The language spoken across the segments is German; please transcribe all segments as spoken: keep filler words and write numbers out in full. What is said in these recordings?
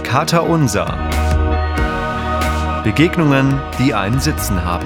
Kater Unser. Begegnungen, die einen Sitzen haben.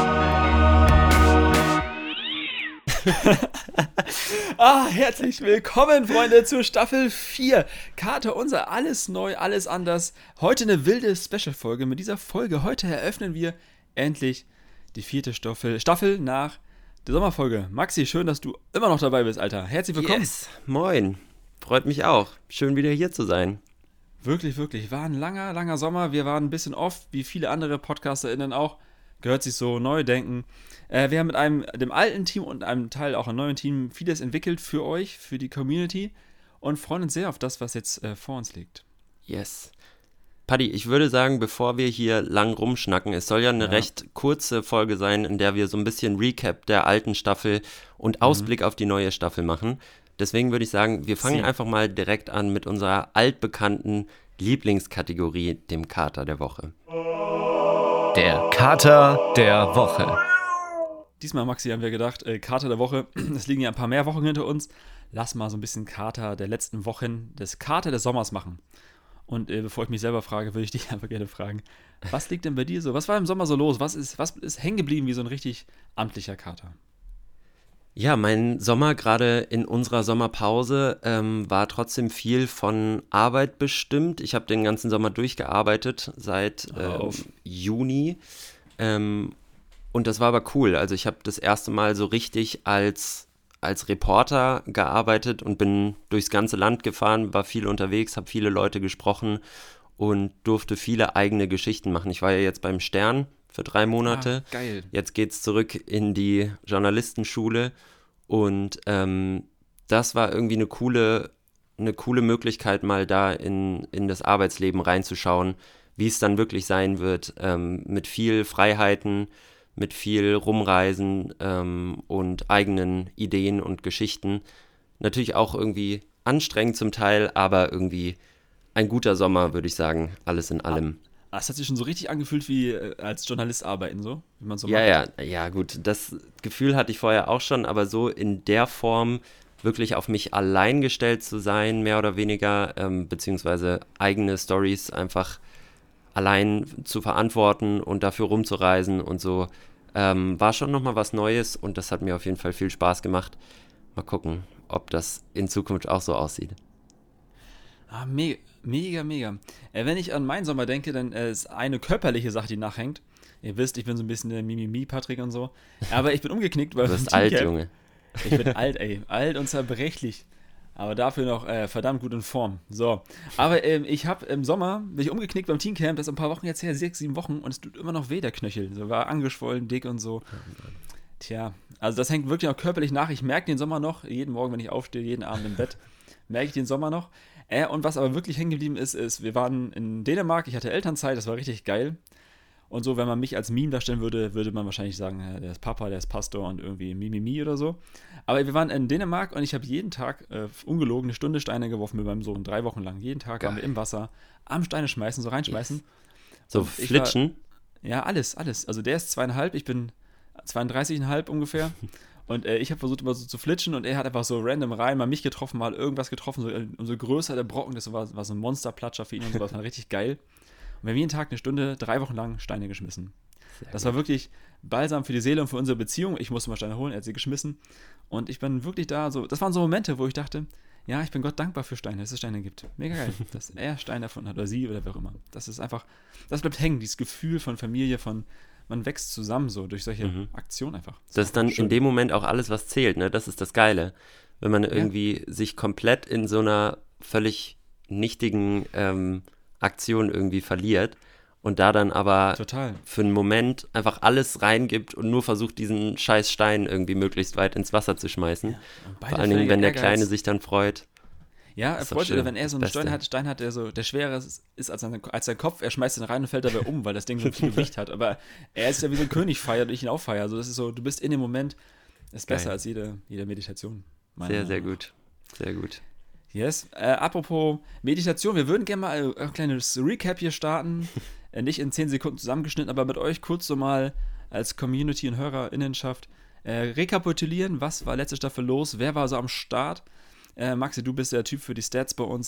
Ah, herzlich willkommen, Freunde, zur Staffel vier. Kater Unser, alles neu, alles anders. Heute eine wilde Special-Folge. Mit dieser Folge heute eröffnen wir endlich die vierte Staffel, Staffel nach der Sommerfolge. Maxi, schön, dass du immer noch dabei bist, Alter. Herzlich willkommen. Yes, moin. Freut mich auch. Schön, wieder hier zu sein. Wirklich, wirklich. War ein langer, langer Sommer. Wir waren ein bisschen off, wie viele andere PodcasterInnen auch. Gehört sich so, neu denken. Äh, wir haben mit einem, dem alten Team und einem Teil auch einem neuen Team vieles entwickelt für euch, für die Community und freuen uns sehr auf das, was jetzt äh, vor uns liegt. Yes. Paddy, ich würde sagen, bevor wir hier lang rumschnacken, es soll ja eine ja. recht kurze Folge sein, in der wir so ein bisschen Recap der alten Staffel und Ausblick mhm. auf die neue Staffel machen. Deswegen würde ich sagen, wir fangen Sie. einfach mal direkt an mit unserer altbekannten Lieblingskategorie, dem Kater der Woche. Der Kater der Woche. Diesmal, Maxi, haben wir gedacht, äh, Kater der Woche, es liegen ja ein paar mehr Wochen hinter uns. Lass mal so ein bisschen Kater der letzten Wochen, des Kater des Sommers machen. Und äh, bevor ich mich selber frage, würde ich dich einfach gerne fragen, was liegt denn bei dir so? Was war im Sommer so los? Was ist, was ist hängen geblieben wie so ein richtig amtlicher Kater? Ja, mein Sommer, gerade in unserer Sommerpause, ähm, war trotzdem viel von Arbeit bestimmt. Ich habe den ganzen Sommer durchgearbeitet, seit ähm, Juni. Ähm, und das war aber cool. Also ich habe das erste Mal so richtig als, als Reporter gearbeitet und bin durchs ganze Land gefahren, war viel unterwegs, habe viele Leute gesprochen und durfte viele eigene Geschichten machen. Ich war ja jetzt beim Stern für drei Monate. Ah, geil. Jetzt geht's zurück in die Journalistenschule und ähm, das war irgendwie eine coole, eine coole Möglichkeit, mal da in, in das Arbeitsleben reinzuschauen, wie es dann wirklich sein wird, ähm, mit viel Freiheiten, mit viel Rumreisen ähm, und eigenen Ideen und Geschichten. Natürlich auch irgendwie anstrengend zum Teil, aber irgendwie ein guter Sommer, würde ich sagen, alles in allem. Es hat sich schon so richtig angefühlt wie äh, als Journalist arbeiten, so, wie man so ja, macht. Ja, ja, gut, das Gefühl hatte ich vorher auch schon, aber so in der Form wirklich auf mich allein gestellt zu sein, mehr oder weniger, ähm, beziehungsweise eigene Storys einfach allein zu verantworten und dafür rumzureisen und so, ähm, war schon nochmal was Neues und das hat mir auf jeden Fall viel Spaß gemacht. Mal gucken, ob das in Zukunft auch so aussieht. Ah, mega, mega, mega. Äh, wenn ich an meinen Sommer denke, dann äh, ist eine körperliche Sache, die nachhängt. Ihr wisst, ich bin so ein bisschen der Mimimi-Patrick und so. Aber ich bin umgeknickt. Weil du bist alt, Junge. Ich bin alt, ey. Alt und zerbrechlich. Aber dafür noch äh, verdammt gut in Form. So. Aber ähm, ich habe im Sommer, bin ich umgeknickt beim Teamcamp, das ist ein paar Wochen jetzt her, sechs, sieben Wochen, und es tut immer noch weh, der Knöchel. So, war angeschwollen, dick und so. Tja, also das hängt wirklich auch körperlich nach. Ich merke den Sommer noch, jeden Morgen, wenn ich aufstehe, jeden Abend im Bett, merke ich den Sommer noch. Äh, und was aber wirklich hängen geblieben ist, ist, wir waren in Dänemark, ich hatte Elternzeit, das war richtig geil. Und so, wenn man mich als Meme darstellen würde, würde man wahrscheinlich sagen, der ist Papa, der ist Pastor und irgendwie Mimimi oder so. Aber wir waren in Dänemark und ich habe jeden Tag äh, ungelogen eine Stunde Steine geworfen mit meinem Sohn, drei Wochen lang. Jeden Tag geil. Waren wir im Wasser, am Steine schmeißen, so reinschmeißen. Yes. So und flitschen? War, ja, alles, alles. Also der ist zweieinhalb, ich bin zweiunddreißig Komma fünf ungefähr. Und äh, ich habe versucht, immer so zu flitschen und er hat einfach so random rein, mal mich getroffen, mal irgendwas getroffen. So, äh, umso größer der Brocken, das war, war so ein Monsterplatscher für ihn und sowas, war richtig geil. Und wir haben jeden Tag eine Stunde, drei Wochen lang Steine geschmissen. Sehr das gut. War wirklich balsam für die Seele und für unsere Beziehung. Ich musste mal Steine holen, er hat sie geschmissen. Und ich bin wirklich da, so, das waren so Momente, wo ich dachte, ja, ich bin Gott dankbar für Steine, dass es Steine gibt. Mega geil, dass er Steine erfunden hat oder sie oder wer auch immer. Das ist einfach, das bleibt hängen, dieses Gefühl von Familie, von man wächst zusammen so durch solche mhm. Aktionen einfach. Das, das ist dann schön. In dem Moment auch alles, was zählt, ne? Das ist das Geile. Wenn man irgendwie ja. sich komplett in so einer völlig nichtigen ähm, Aktion irgendwie verliert und da dann aber Total. Für einen Moment einfach alles reingibt und nur versucht, diesen scheiß Stein irgendwie möglichst weit ins Wasser zu schmeißen. Ja. Vor allen Dingen, wenn der Ehrgeiz. Kleine sich dann freut. Ja, er freut sich, oder wenn er so einen Stein hat, Stein hat, der so, der schwerer ist, ist als, sein, als sein Kopf, er schmeißt ihn rein und fällt dabei um, weil das Ding so viel Gewicht hat. Aber er ist ja wie so ein König feiert und ich ihn auch feiere. Also das ist so, du bist in dem Moment, ist besser Geil. Als jede, jede Meditation. Sehr, sehr gut. Sehr gut. Yes. Äh, apropos Meditation, wir würden gerne mal ein kleines Recap hier starten. äh, nicht in zehn Sekunden zusammengeschnitten, aber mit euch kurz so mal als Community und HörerInnenschaft äh, rekapitulieren, was war letzte Staffel los, wer war so am Start. Äh, Maxi, du bist der Typ für die Stats bei uns.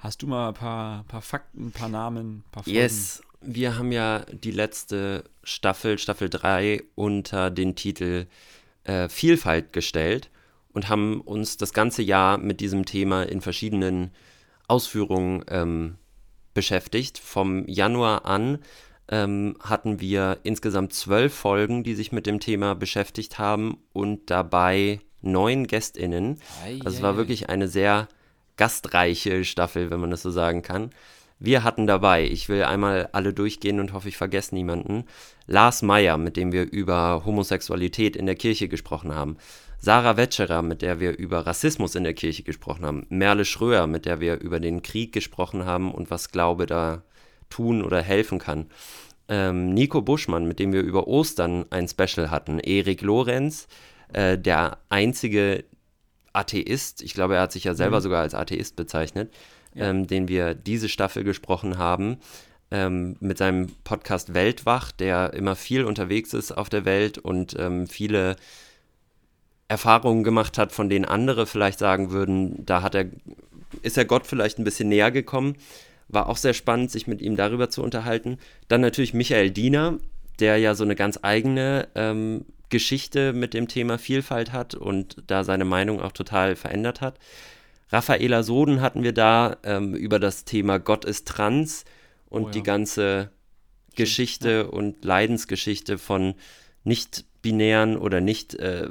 Hast du mal ein paar, paar Fakten, ein paar Namen, ein paar Folgen? Yes, wir haben ja die letzte Staffel, Staffel drei, unter den Titel äh, Vielfalt gestellt und haben uns das ganze Jahr mit diesem Thema in verschiedenen Ausführungen ähm, beschäftigt. Vom Januar an ähm, hatten wir insgesamt zwölf Folgen, die sich mit dem Thema beschäftigt haben und dabei neun GästInnen. Ei, Also es ei, war ei. wirklich eine sehr gastreiche Staffel, wenn man das so sagen kann. Wir hatten dabei, ich will einmal alle durchgehen und hoffe, ich vergesse niemanden, Lars Meyer, mit dem wir über Homosexualität in der Kirche gesprochen haben, Sarah Wetscherer, mit der wir über Rassismus in der Kirche gesprochen haben, Merle Schröer, mit der wir über den Krieg gesprochen haben und was Glaube da tun oder helfen kann, ähm, Nico Buschmann, mit dem wir über Ostern ein Special hatten, Erik Lorenz, äh, der einzige Atheist, ich glaube, er hat sich ja selber Mhm. sogar als Atheist bezeichnet, Ja. ähm, den wir diese Staffel gesprochen haben, ähm, mit seinem Podcast Weltwach, der immer viel unterwegs ist auf der Welt und ähm, viele Erfahrungen gemacht hat, von denen andere vielleicht sagen würden, da hat er, ist er Gott vielleicht ein bisschen näher gekommen. War auch sehr spannend, sich mit ihm darüber zu unterhalten. Dann natürlich Michael Diener, der ja so eine ganz eigene ähm, Geschichte mit dem Thema Vielfalt hat und da seine Meinung auch total verändert hat. Raffaela Soden hatten wir da ähm, über das Thema Gott ist trans und Oh ja. die ganze Geschichte und Leidensgeschichte von nicht-binären oder nicht äh,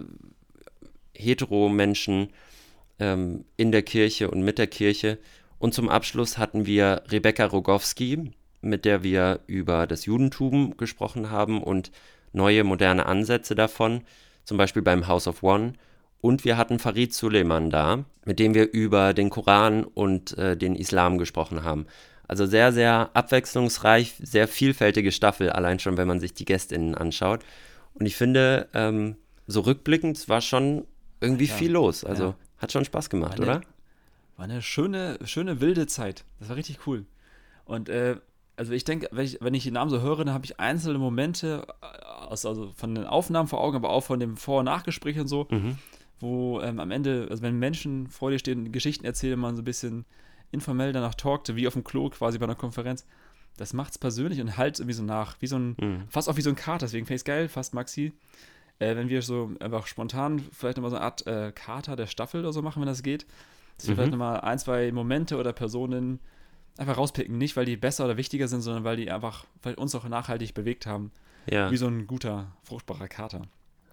hetero Menschen ähm, in der Kirche und mit der Kirche. Und zum Abschluss hatten wir Rebecca Rogowski, mit der wir über das Judentum gesprochen haben und neue moderne Ansätze davon, zum Beispiel beim House of One. Und wir hatten Farid Suleiman da, mit dem wir über den Koran und äh, den Islam gesprochen haben. Also sehr, sehr abwechslungsreich, sehr vielfältige Staffel, allein schon, wenn man sich die GästInnen anschaut. Und ich finde, ähm, so rückblickend war schon irgendwie Ja. viel los. Also Ja. hat schon Spaß gemacht, War eine- oder? War eine schöne, schöne wilde Zeit. Das war richtig cool. Und äh, also ich denke, wenn ich, wenn ich die Namen so höre, dann habe ich einzelne Momente äh, aus, also von den Aufnahmen vor Augen, aber auch von dem Vor- und Nachgespräch und so, Mhm. wo ähm, am Ende, also wenn Menschen vor dir stehen, Geschichten erzählen, man so ein bisschen informell danach talkte, wie auf dem Klo quasi bei einer Konferenz, das macht's persönlich und halt irgendwie so nach, wie so ein, Mhm. fast auch wie so ein Kater, deswegen finde ich es geil, fast Maxi, äh, wenn wir so einfach spontan vielleicht nochmal so eine Art äh, Kater der Staffel oder so machen, wenn das geht, dass wir Mhm. vielleicht nochmal ein, zwei Momente oder Personen einfach rauspicken, nicht weil die besser oder wichtiger sind, sondern weil die einfach, weil uns auch nachhaltig bewegt haben, Ja. wie so ein guter, fruchtbarer Kater.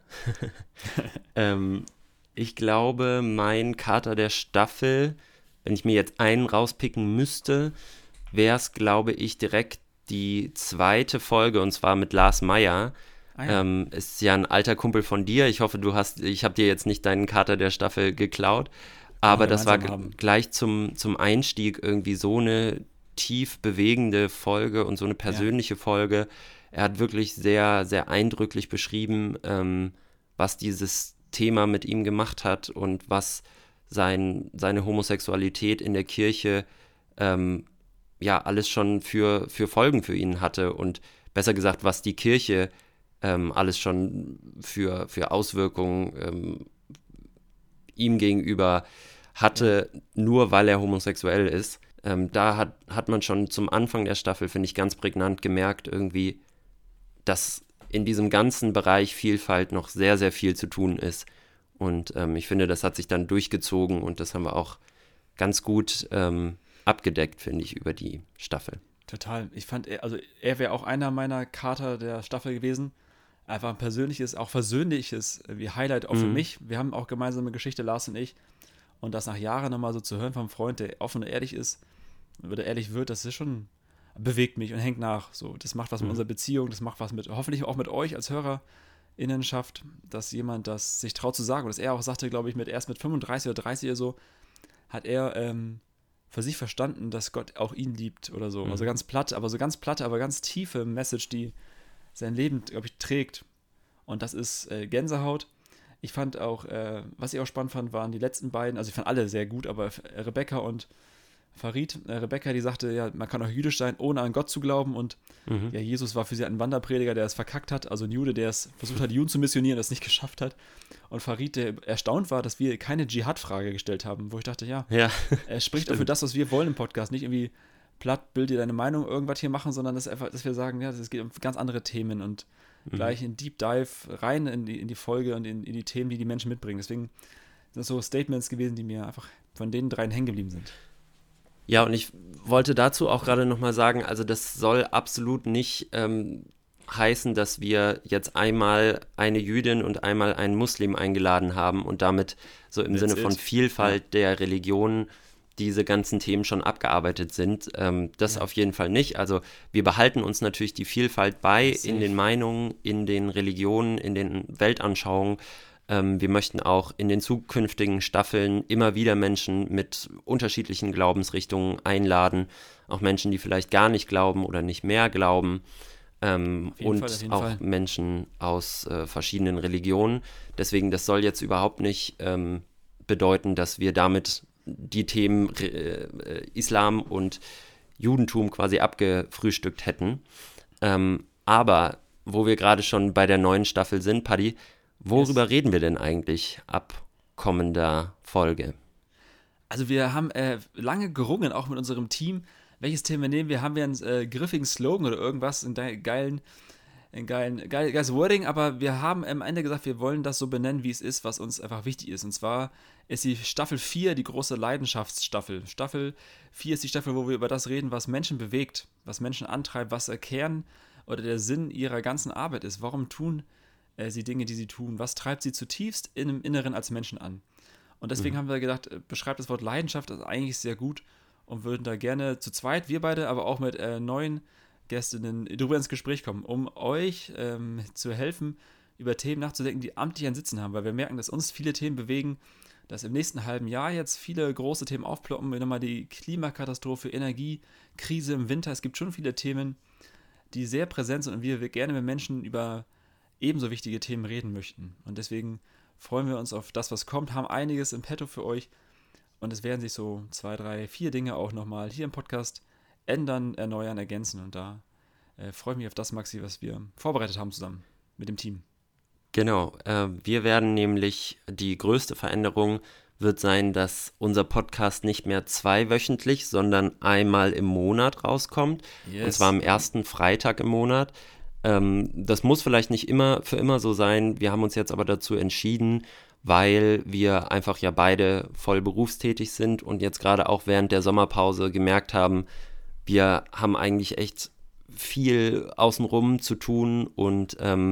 Ähm, ich glaube, mein Kater der Staffel, wenn ich mir jetzt einen rauspicken müsste, wäre es, glaube ich, direkt die zweite Folge, und zwar mit Lars Meyer. Ah ja. Ähm, ist ja ein alter Kumpel von dir. Ich hoffe, du hast, ich habe dir jetzt nicht deinen Kater der Staffel geklaut, aber wir das war gemeinsam g- haben. gleich zum, zum Einstieg irgendwie so eine tief bewegende Folge und so eine persönliche Folge. Er hat wirklich sehr, sehr eindrücklich beschrieben, ähm, was dieses Thema mit ihm gemacht hat und was sein, seine Homosexualität in der Kirche ähm, ja alles schon für, für Folgen für ihn hatte und besser gesagt, was die Kirche ähm, alles schon für, für Auswirkungen ähm, ihm gegenüber hatte, nur weil er homosexuell ist. Ähm, da hat, hat man schon zum Anfang der Staffel, finde ich, ganz prägnant gemerkt, irgendwie, dass in diesem ganzen Bereich Vielfalt noch sehr, sehr viel zu tun ist. Und ähm, ich finde, das hat sich dann durchgezogen und das haben wir auch ganz gut ähm, abgedeckt, finde ich, über die Staffel. Total. Ich fand, er, also er wäre auch einer meiner Kater der Staffel gewesen. Einfach ein persönliches, auch versöhnliches, wie Highlight auch für Mhm. mich. Wir haben auch gemeinsame Geschichte, Lars und ich. Und das nach Jahren nochmal so zu hören vom Freund, der offen und ehrlich ist, oder ehrlich wird, das ist schon, bewegt mich und hängt nach. So, das macht was mit Mhm. unserer Beziehung, das macht was mit, hoffentlich auch mit euch als HörerInnenschaft, dass jemand das sich traut zu sagen. Und dass er auch sagte, glaube ich, mit erst mit fünfunddreißig oder dreißig oder so, hat er ähm, für sich verstanden, dass Gott auch ihn liebt oder so. Mhm. Also ganz platt, aber so ganz platte, aber ganz tiefe Message, die sein Leben, glaube ich, trägt. Und das ist äh, Gänsehaut. Ich fand auch, äh, was ich auch spannend fand, waren die letzten beiden, also ich fand alle sehr gut, aber Rebecca und Farid, äh, Rebecca, die sagte, ja, man kann auch jüdisch sein, ohne an Gott zu glauben und mhm. ja, Jesus war für sie ein Wanderprediger, der es verkackt hat, also ein Jude, der es versucht hat, Juden zu missionieren, das nicht geschafft hat und Farid, der erstaunt war, dass wir keine Dschihad-Frage gestellt haben, wo ich dachte, ja, ja er spricht auch für das, was wir wollen im Podcast, nicht irgendwie platt, bild dir deine Meinung, irgendwas hier machen, sondern dass, einfach, dass wir sagen, ja, es geht um ganz andere Themen und mhm. gleich in Deep Dive rein in die, in die Folge und in, in die Themen, die die Menschen mitbringen. Deswegen sind das so Statements gewesen, die mir einfach von den dreien hängen geblieben sind. Ja, und ich wollte dazu auch gerade nochmal sagen, also das soll absolut nicht ähm, heißen, dass wir jetzt einmal eine Jüdin und einmal einen Muslim eingeladen haben und damit so im That's Sinne von it. Vielfalt ja. der Religionen diese ganzen Themen schon abgearbeitet sind. Ähm, das ja. auf jeden Fall nicht. Also wir behalten uns natürlich die Vielfalt bei in den Meinungen, in den Religionen, in den Weltanschauungen. Ähm, wir möchten auch in den zukünftigen Staffeln immer wieder Menschen mit unterschiedlichen Glaubensrichtungen einladen. Auch Menschen, die vielleicht gar nicht glauben oder nicht mehr glauben. Ähm, und Fall, auch Fall. Menschen aus äh, verschiedenen Religionen. Deswegen, das soll jetzt überhaupt nicht ähm, bedeuten, dass wir damit die Themen äh, Islam und Judentum quasi abgefrühstückt hätten. Ähm, aber wo wir gerade schon bei der neuen Staffel sind, Paddy, worüber yes. reden wir denn eigentlich ab kommender Folge? Also wir haben äh, lange gerungen, auch mit unserem Team, welches Thema nehmen wir? Haben wir einen äh, griffigen Slogan oder irgendwas, einen geilen, einen geilen, geil, geiles Wording, aber wir haben am Ende gesagt, wir wollen das so benennen, wie es ist, was uns einfach wichtig ist. Und zwar ist die Staffel vier die große Leidenschaftsstaffel. Staffel vier ist die Staffel, wo wir über das reden, was Menschen bewegt, was Menschen antreibt, was der Kern oder der Sinn ihrer ganzen Arbeit ist. Warum tun äh, sie Dinge, die sie tun? Was treibt sie zutiefst im Inneren als Menschen an? Und deswegen mhm. haben wir gedacht, äh, beschreibt das Wort Leidenschaft, das ist eigentlich sehr gut und würden da gerne zu zweit, wir beide, aber auch mit äh, neuen Gästinnen darüber ins Gespräch kommen, um euch ähm, zu helfen, über Themen nachzudenken, die amtlich ein Sitzen haben, weil wir merken, dass uns viele Themen bewegen, dass im nächsten halben Jahr jetzt viele große Themen aufploppen, wie nochmal die Klimakatastrophe, Energiekrise im Winter, es gibt schon viele Themen, die sehr präsent sind und wir, wir gerne mit Menschen über ebenso wichtige Themen reden möchten. Und deswegen freuen wir uns auf das, was kommt, haben einiges im Petto für euch und es werden sich so zwei, drei, vier Dinge auch nochmal hier im Podcast ändern, erneuern, ergänzen und da äh, freue ich mich auf das, Maxi, was wir vorbereitet haben zusammen mit dem Team. Genau, äh, wir werden nämlich, die größte Veränderung wird sein, dass unser Podcast nicht mehr zweiwöchentlich, sondern einmal im Monat rauskommt, yes. und zwar am ersten Freitag im Monat. Ähm, das muss vielleicht nicht immer für immer so sein, wir haben uns jetzt aber dazu entschieden, weil wir einfach ja beide voll berufstätig sind und jetzt gerade auch während der Sommerpause gemerkt haben, wir haben eigentlich echt viel außenrum zu tun und ähm,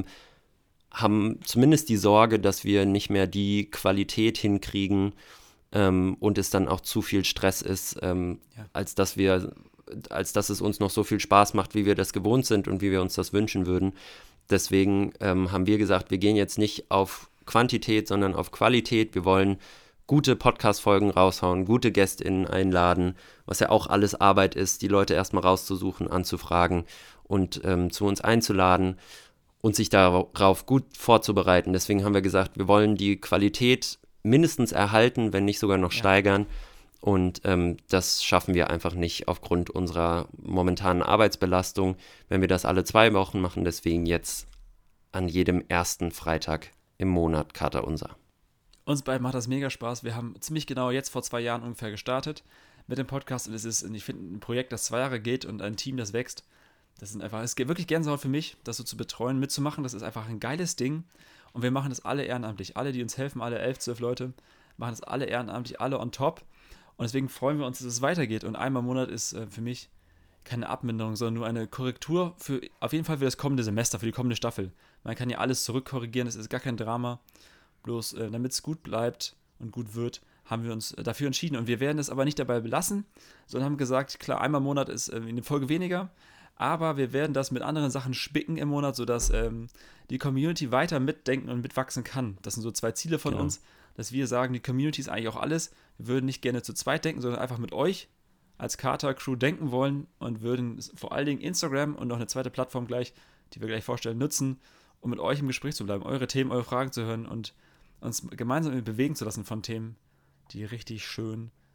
haben zumindest die Sorge, dass wir nicht mehr die Qualität hinkriegen ähm, und es dann auch zu viel Stress ist, ähm, ja. als dass wir, als dass es uns noch so viel Spaß macht, wie wir das gewohnt sind und wie wir uns das wünschen würden. Deswegen ähm, haben wir gesagt, wir gehen jetzt nicht auf Quantität, sondern auf Qualität. Wir wollen gute Podcast-Folgen raushauen, gute GästInnen einladen, was ja auch alles Arbeit ist, die Leute erstmal rauszusuchen, anzufragen und ähm, zu uns einzuladen und sich darauf gut vorzubereiten. Deswegen haben wir gesagt, wir wollen die Qualität mindestens erhalten, wenn nicht sogar noch ja. steigern. Und ähm, das schaffen wir einfach nicht aufgrund unserer momentanen Arbeitsbelastung, wenn wir das alle zwei Wochen machen. Deswegen jetzt an jedem ersten Freitag im Monat Kater Unser. Uns beiden macht das mega Spaß. Wir haben ziemlich genau jetzt vor zwei Jahren ungefähr gestartet mit dem Podcast. Und es ist, ich finde, ein Projekt, das zwei Jahre geht und ein Team, das wächst. Das sind einfach, es geht wirklich Gänsehaut für mich, das so zu betreuen, mitzumachen. Das ist einfach ein geiles Ding. Und wir machen das alle ehrenamtlich. Alle, die uns helfen, alle elf, zwölf Leute, machen das alle ehrenamtlich, alle on top. Und deswegen freuen wir uns, dass es weitergeht. Und einmal im Monat ist äh, für mich keine Abminderung, sondern nur eine Korrektur für, auf jeden Fall für das kommende Semester, für die kommende Staffel. Man kann ja alles zurückkorrigieren, es ist gar kein Drama. Bloß äh, damit es gut bleibt und gut wird, haben wir uns äh, dafür entschieden. Und wir werden es aber nicht dabei belassen, sondern haben gesagt, klar, einmal im Monat ist äh, eine Folge weniger, aber wir werden das mit anderen Sachen spicken im Monat, sodass ähm, die Community weiter mitdenken und mitwachsen kann. Das sind so zwei Ziele von genau. uns, dass wir sagen, die Community ist eigentlich auch alles. Wir würden nicht gerne zu zweit denken, sondern einfach mit euch als Kater-Crew denken wollen und würden vor allen Dingen Instagram und noch eine zweite Plattform gleich, die wir gleich vorstellen, nutzen, um mit euch im Gespräch zu bleiben, eure Themen, eure Fragen zu hören und uns gemeinsam bewegen zu lassen von Themen, die richtig schön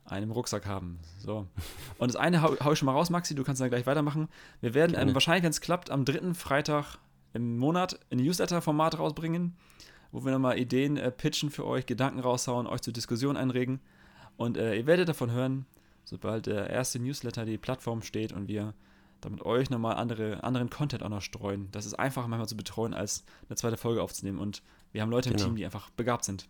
einen im Rucksack haben. So. Und das eine hau, hau ich schon mal raus, Maxi, du kannst dann gleich weitermachen. Wir werden ähm, wahrscheinlich, wenn es klappt, am dritten Freitag im Monat ein Newsletter-Format rausbringen, wo wir nochmal Ideen äh, pitchen für euch, Gedanken raushauen, euch zur Diskussion einregen. Und äh, ihr werdet davon hören, sobald der erste Newsletter die Plattform steht und wir damit euch nochmal andere, anderen Content auch noch streuen. Das ist einfacher manchmal zu betreuen, als eine zweite Folge aufzunehmen. Und wir haben Leute im Genau. Team, die einfach begabt sind.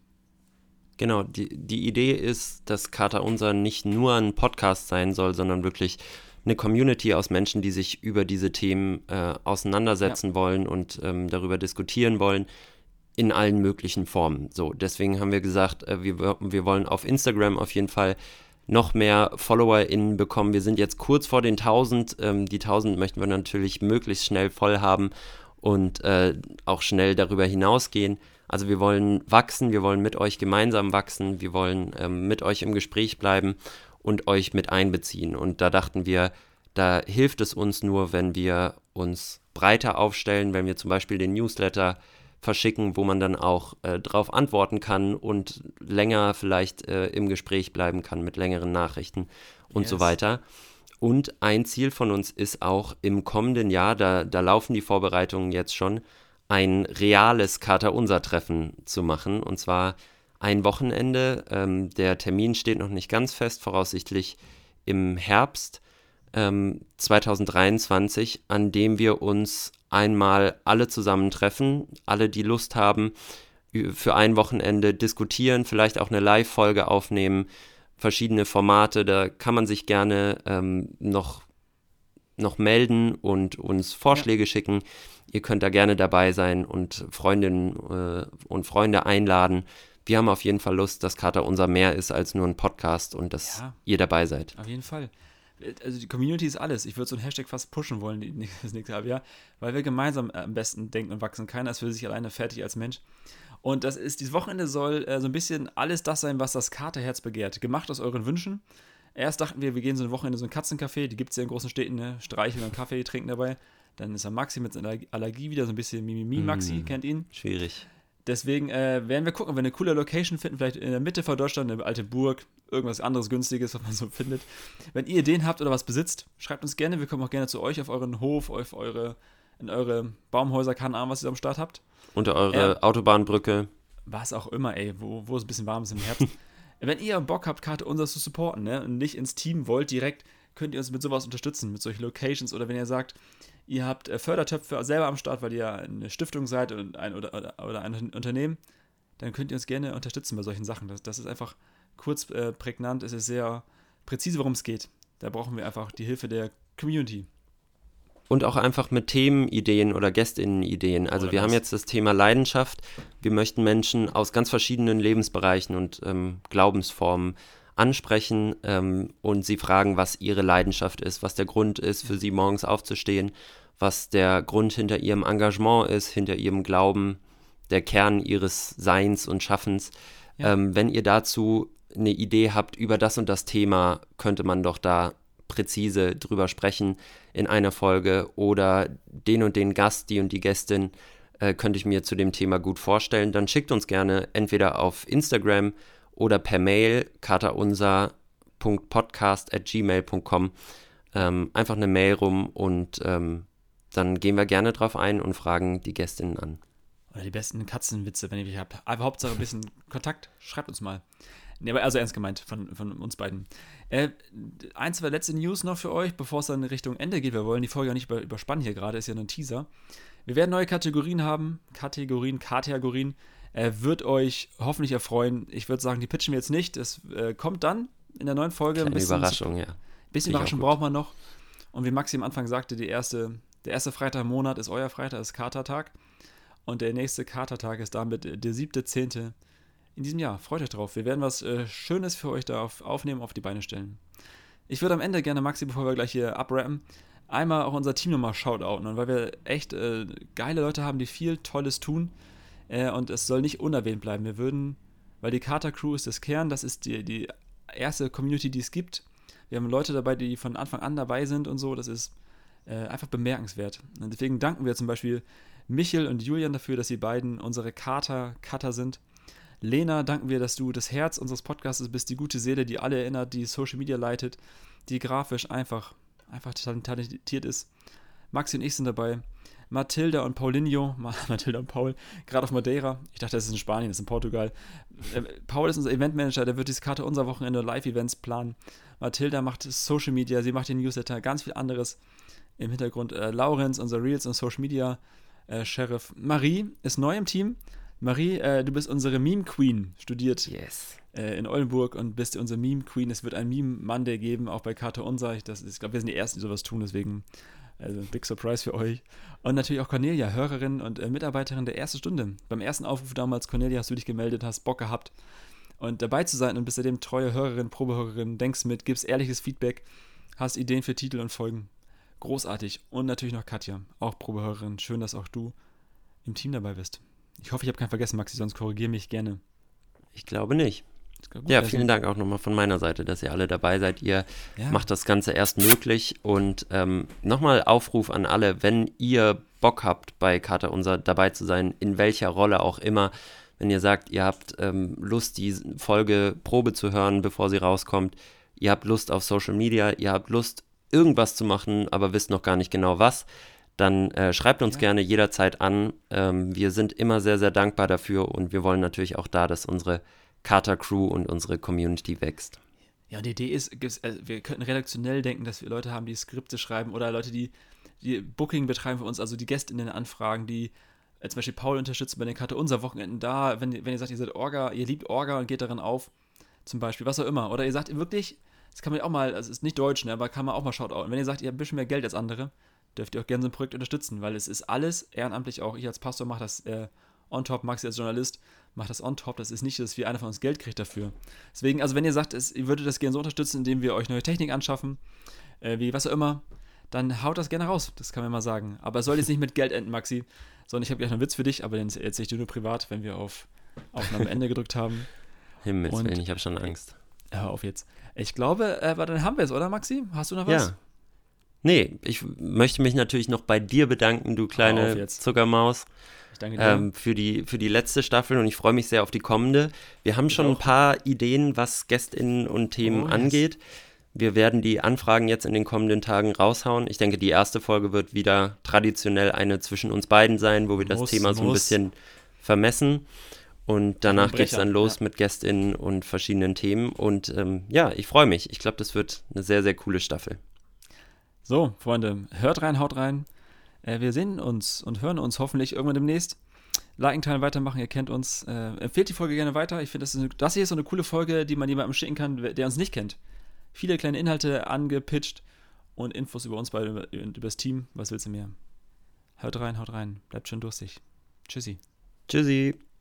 Genau, die, die Idee ist, dass Kater Unser nicht nur ein Podcast sein soll, sondern wirklich eine Community aus Menschen, die sich über diese Themen äh, auseinandersetzen ja. wollen und ähm, darüber diskutieren wollen, in allen möglichen Formen. So, deswegen haben wir gesagt, äh, wir, wir wollen auf Instagram auf jeden Fall noch mehr FollowerInnen bekommen. Wir sind jetzt kurz vor den tausend. Ähm, die tausend möchten wir natürlich möglichst schnell voll haben und äh, auch schnell darüber hinausgehen. Also wir wollen wachsen, wir wollen mit euch gemeinsam wachsen, wir wollen ähm, mit euch im Gespräch bleiben und euch mit einbeziehen. Und da dachten wir, da hilft es uns nur, wenn wir uns breiter aufstellen, wenn wir zum Beispiel den Newsletter verschicken, wo man dann auch äh, drauf antworten kann und länger vielleicht äh, im Gespräch bleiben kann mit längeren Nachrichten und yes. so weiter. Und ein Ziel von uns ist auch im kommenden Jahr, da, da laufen die Vorbereitungen jetzt schon, ein reales Kater-Unser-Treffen zu machen, und zwar ein Wochenende. Ähm, der Termin steht noch nicht ganz fest, voraussichtlich im Herbst ähm, zwanzig dreiundzwanzig, an dem wir uns einmal alle zusammen treffen, alle, die Lust haben, für ein Wochenende diskutieren, vielleicht auch eine Live-Folge aufnehmen, verschiedene Formate, da kann man sich gerne ähm, noch, noch melden und uns Vorschläge ja. schicken. Ihr könnt da gerne dabei sein und Freundinnen äh, und Freunde einladen. Wir haben auf jeden Fall Lust, dass Kater Unser mehr ist als nur ein Podcast und dass ja, ihr dabei seid. Auf jeden Fall. Also die Community ist alles. Ich würde so einen Hashtag fast pushen wollen, die, das nächste halbe Jahr, weil wir gemeinsam am besten denken und wachsen. Keiner ist für sich alleine fertig als Mensch. Und das ist, dieses Wochenende soll äh, so ein bisschen alles das sein, was das Katerherz begehrt. Gemacht aus euren Wünschen. Erst dachten wir, wir gehen so ein Wochenende in so ein Katzencafé, die gibt es ja in großen Städten, ne? Streicheln und Kaffee trinken dabei. Dann ist der Maxi mit seiner Allergie wieder so ein bisschen Mimimi-Maxi, mm, kennt ihn. Schwierig. Deswegen äh, werden wir gucken, ob wir eine coole Location finden, vielleicht in der Mitte von Deutschland, eine alte Burg, irgendwas anderes Günstiges, was man so findet. Wenn ihr Ideen habt oder was besitzt, schreibt uns gerne, wir kommen auch gerne zu euch auf euren Hof, auf eure, in eure Baumhäuser, keine Ahnung, was ihr am Start habt. Unter eure äh, Autobahnbrücke. Was auch immer, ey, wo, wo es ein bisschen warm ist im Herbst. Wenn ihr Bock habt, Kater Unser zu supporten, ne, und nicht ins Team wollt direkt, könnt ihr uns mit sowas unterstützen, mit solchen Locations, oder wenn ihr sagt, ihr habt äh, Fördertöpfe selber am Start, weil ihr eine Stiftung seid und ein, oder, oder, oder ein Unternehmen, dann könnt ihr uns gerne unterstützen bei solchen Sachen. Das, das ist einfach kurz, äh, prägnant, es ist sehr präzise, worum es geht. Da brauchen wir einfach die Hilfe der Community. Und auch einfach mit Themenideen oder Gästinnenideen. Also oder wir das. haben jetzt das Thema Leidenschaft. Wir möchten Menschen aus ganz verschiedenen Lebensbereichen und ähm, Glaubensformen ansprechen ähm, und sie fragen, was ihre Leidenschaft ist, was der Grund ist, für sie morgens aufzustehen, was der Grund hinter ihrem Engagement ist, hinter ihrem Glauben, der Kern ihres Seins und Schaffens. Ja. Ähm, wenn ihr dazu eine Idee habt über das und das Thema, könnte man doch da präzise drüber sprechen in einer Folge, oder den und den Gast, die und die Gästin äh, könnte ich mir zu dem Thema gut vorstellen, dann schickt uns gerne entweder auf Instagram oder per Mail katerunser punkt podcast at gmail punkt com ähm, einfach eine Mail rum und ähm, dann gehen wir gerne drauf ein und fragen die Gästinnen an. Oder die besten Katzenwitze, wenn ihr welche habt. Aber Hauptsache ein bisschen Kontakt, schreibt uns mal. Nee, aber also ernst gemeint von, von uns beiden. Äh, ein, zwei letzte News noch für euch, bevor es dann in Richtung Ende geht. Wir wollen die Folge ja nicht über, überspannen hier gerade, ist ja nur ein Teaser. Wir werden neue Kategorien haben, Kategorien, Kategorien. Äh, wird euch hoffentlich erfreuen. Ich würde sagen, die pitchen wir jetzt nicht. Es äh, kommt dann in der neuen Folge. Eine ein bisschen Überraschung, ja. Ein bisschen Überraschung braucht man noch. Und wie Maxi am Anfang sagte, die erste, der erste Freitag im Monat ist euer Freitag, ist Katertag. Und der nächste Katertag ist damit der siebte, zehnte in diesem Jahr. Freut euch drauf. Wir werden was äh, Schönes für euch da auf, aufnehmen, auf die Beine stellen. Ich würde am Ende gerne, Maxi, bevor wir gleich hier abrappen, einmal auch unser Team nochmal shoutouten. Und weil wir echt äh, geile Leute haben, die viel Tolles tun. Äh, und es soll nicht unerwähnt bleiben. Wir würden, weil die Kater-Crew ist das Kern, das ist die, die erste Community, die es gibt. Wir haben Leute dabei, die von Anfang an dabei sind und so. Das ist äh, einfach bemerkenswert. Und deswegen danken wir zum Beispiel Michel und Julian dafür, dass sie beiden unsere Kater-Cutter sind. Lena danken wir, dass du das Herz unseres Podcasts bist, die gute Seele, die alle erinnert, die Social Media leitet, die grafisch einfach, einfach talentiert ist. Maxi und ich sind dabei. Mathilda und Paulinho, Mathilda und Paul, gerade auf Madeira. Ich dachte, das ist in Spanien, das ist in Portugal. Äh, Paul ist unser Eventmanager, der wird dieses Karte unser Wochenende Live-Events planen. Mathilda macht Social Media, sie macht den Newsletter, ganz viel anderes im Hintergrund. Äh, Laurenz, unser Reels und Social Media äh, Sheriff. Marie ist neu im Team. Marie, äh, du bist unsere Meme Queen, studiert Yes. äh, in Oldenburg und bist unsere Meme Queen. Es wird ein Meme Monday geben, auch bei Karte unser. Ich, das ist, ich glaube, wir sind die Ersten, die sowas tun, deswegen also Big Surprise für euch. Und natürlich auch Cornelia, Hörerin und äh, Mitarbeiterin der ersten Stunde. Beim ersten Aufruf damals, Cornelia, hast du dich gemeldet, hast Bock gehabt und dabei zu sein und bist seitdem treue Hörerin, Probehörerin, denkst mit, gibst ehrliches Feedback, hast Ideen für Titel und Folgen. Großartig. Und natürlich noch Katja, auch Probehörerin. Schön, dass auch du im Team dabei bist. Ich hoffe, ich habe keinen vergessen, Maxi, sonst korrigiere mich gerne. Ich glaube nicht. Gut, ja, also, vielen Dank auch nochmal von meiner Seite, dass ihr alle dabei seid. Ihr ja. macht das Ganze erst möglich. Und ähm, nochmal Aufruf an alle, wenn ihr Bock habt, bei Karte Unser dabei zu sein, in welcher Rolle auch immer, wenn ihr sagt, ihr habt ähm, Lust, die Folge Probe zu hören, bevor sie rauskommt, ihr habt Lust auf Social Media, ihr habt Lust, irgendwas zu machen, aber wisst noch gar nicht genau was, dann äh, schreibt uns ja. gerne jederzeit an. Ähm, wir sind immer sehr, sehr dankbar dafür und wir wollen natürlich auch da, dass unsere Kater-Crew und unsere Community wächst. Ja, und die Idee ist, also wir könnten redaktionell denken, dass wir Leute haben, die Skripte schreiben oder Leute, die, die Booking betreiben für uns, also die GästInnen anfragen, die äh, zum Beispiel Paul unterstützen bei den Karte Unser Wochenenden da, wenn, wenn ihr sagt, ihr seid Orga, ihr liebt Orga und geht darin auf, zum Beispiel, was auch immer. Oder ihr sagt wirklich, das kann man ja auch mal, also es ist nicht deutsch, ne, aber kann man auch mal shoutouten. Wenn ihr sagt, ihr habt ein bisschen mehr Geld als andere, dürft ihr auch gerne so ein Projekt unterstützen, weil es ist alles ehrenamtlich auch. Ich als Pastor mache das äh, on top, Maxi als Journalist macht das on top. Das ist nicht, dass wir einer von uns Geld kriegt dafür. Deswegen, also wenn ihr sagt, es, ihr würdet das gerne so unterstützen, indem wir euch neue Technik anschaffen, äh, wie was auch immer, dann haut das gerne raus. Das kann man mal sagen. Aber es soll jetzt nicht mit Geld enden, Maxi, sondern ich habe gleich noch einen Witz für dich, aber den erzähle ich dir nur privat, wenn wir auf Aufnahme Ende gedrückt haben. Himmels Willen, ich habe schon Angst. Hör auf jetzt. Ich glaube, äh, aber dann haben wir es, oder Maxi? Hast du noch was? Ja. Nee, ich möchte mich natürlich noch bei dir bedanken, du kleine Zuckermaus. Ich danke dir. Ähm, für die, für die letzte Staffel und ich freue mich sehr auf die kommende. Wir haben ich schon auch. ein paar Ideen, was GästInnen und Themen oh, angeht. Yes. Wir werden die Anfragen jetzt in den kommenden Tagen raushauen. Ich denke, die erste Folge wird wieder traditionell eine zwischen uns beiden sein, wo wir das muss, Thema so muss. ein bisschen vermessen. Und danach geht es dann los ja. mit GästInnen und verschiedenen Themen. Und ähm, ja, ich freue mich. Ich glaube, das wird eine sehr, sehr coole Staffel. So, Freunde, hört rein, haut rein. Äh, wir sehen uns und hören uns hoffentlich irgendwann demnächst. Liken, teilen, weitermachen, ihr kennt uns. Äh, empfehlt die Folge gerne weiter. Ich finde, das, das hier ist so eine coole Folge, die man jemandem schicken kann, der uns nicht kennt. Viele kleine Inhalte angepitcht und Infos über uns beide und über das Team. Was willst du mehr? Hört rein, haut rein. Bleibt schön durstig. Tschüssi. Tschüssi.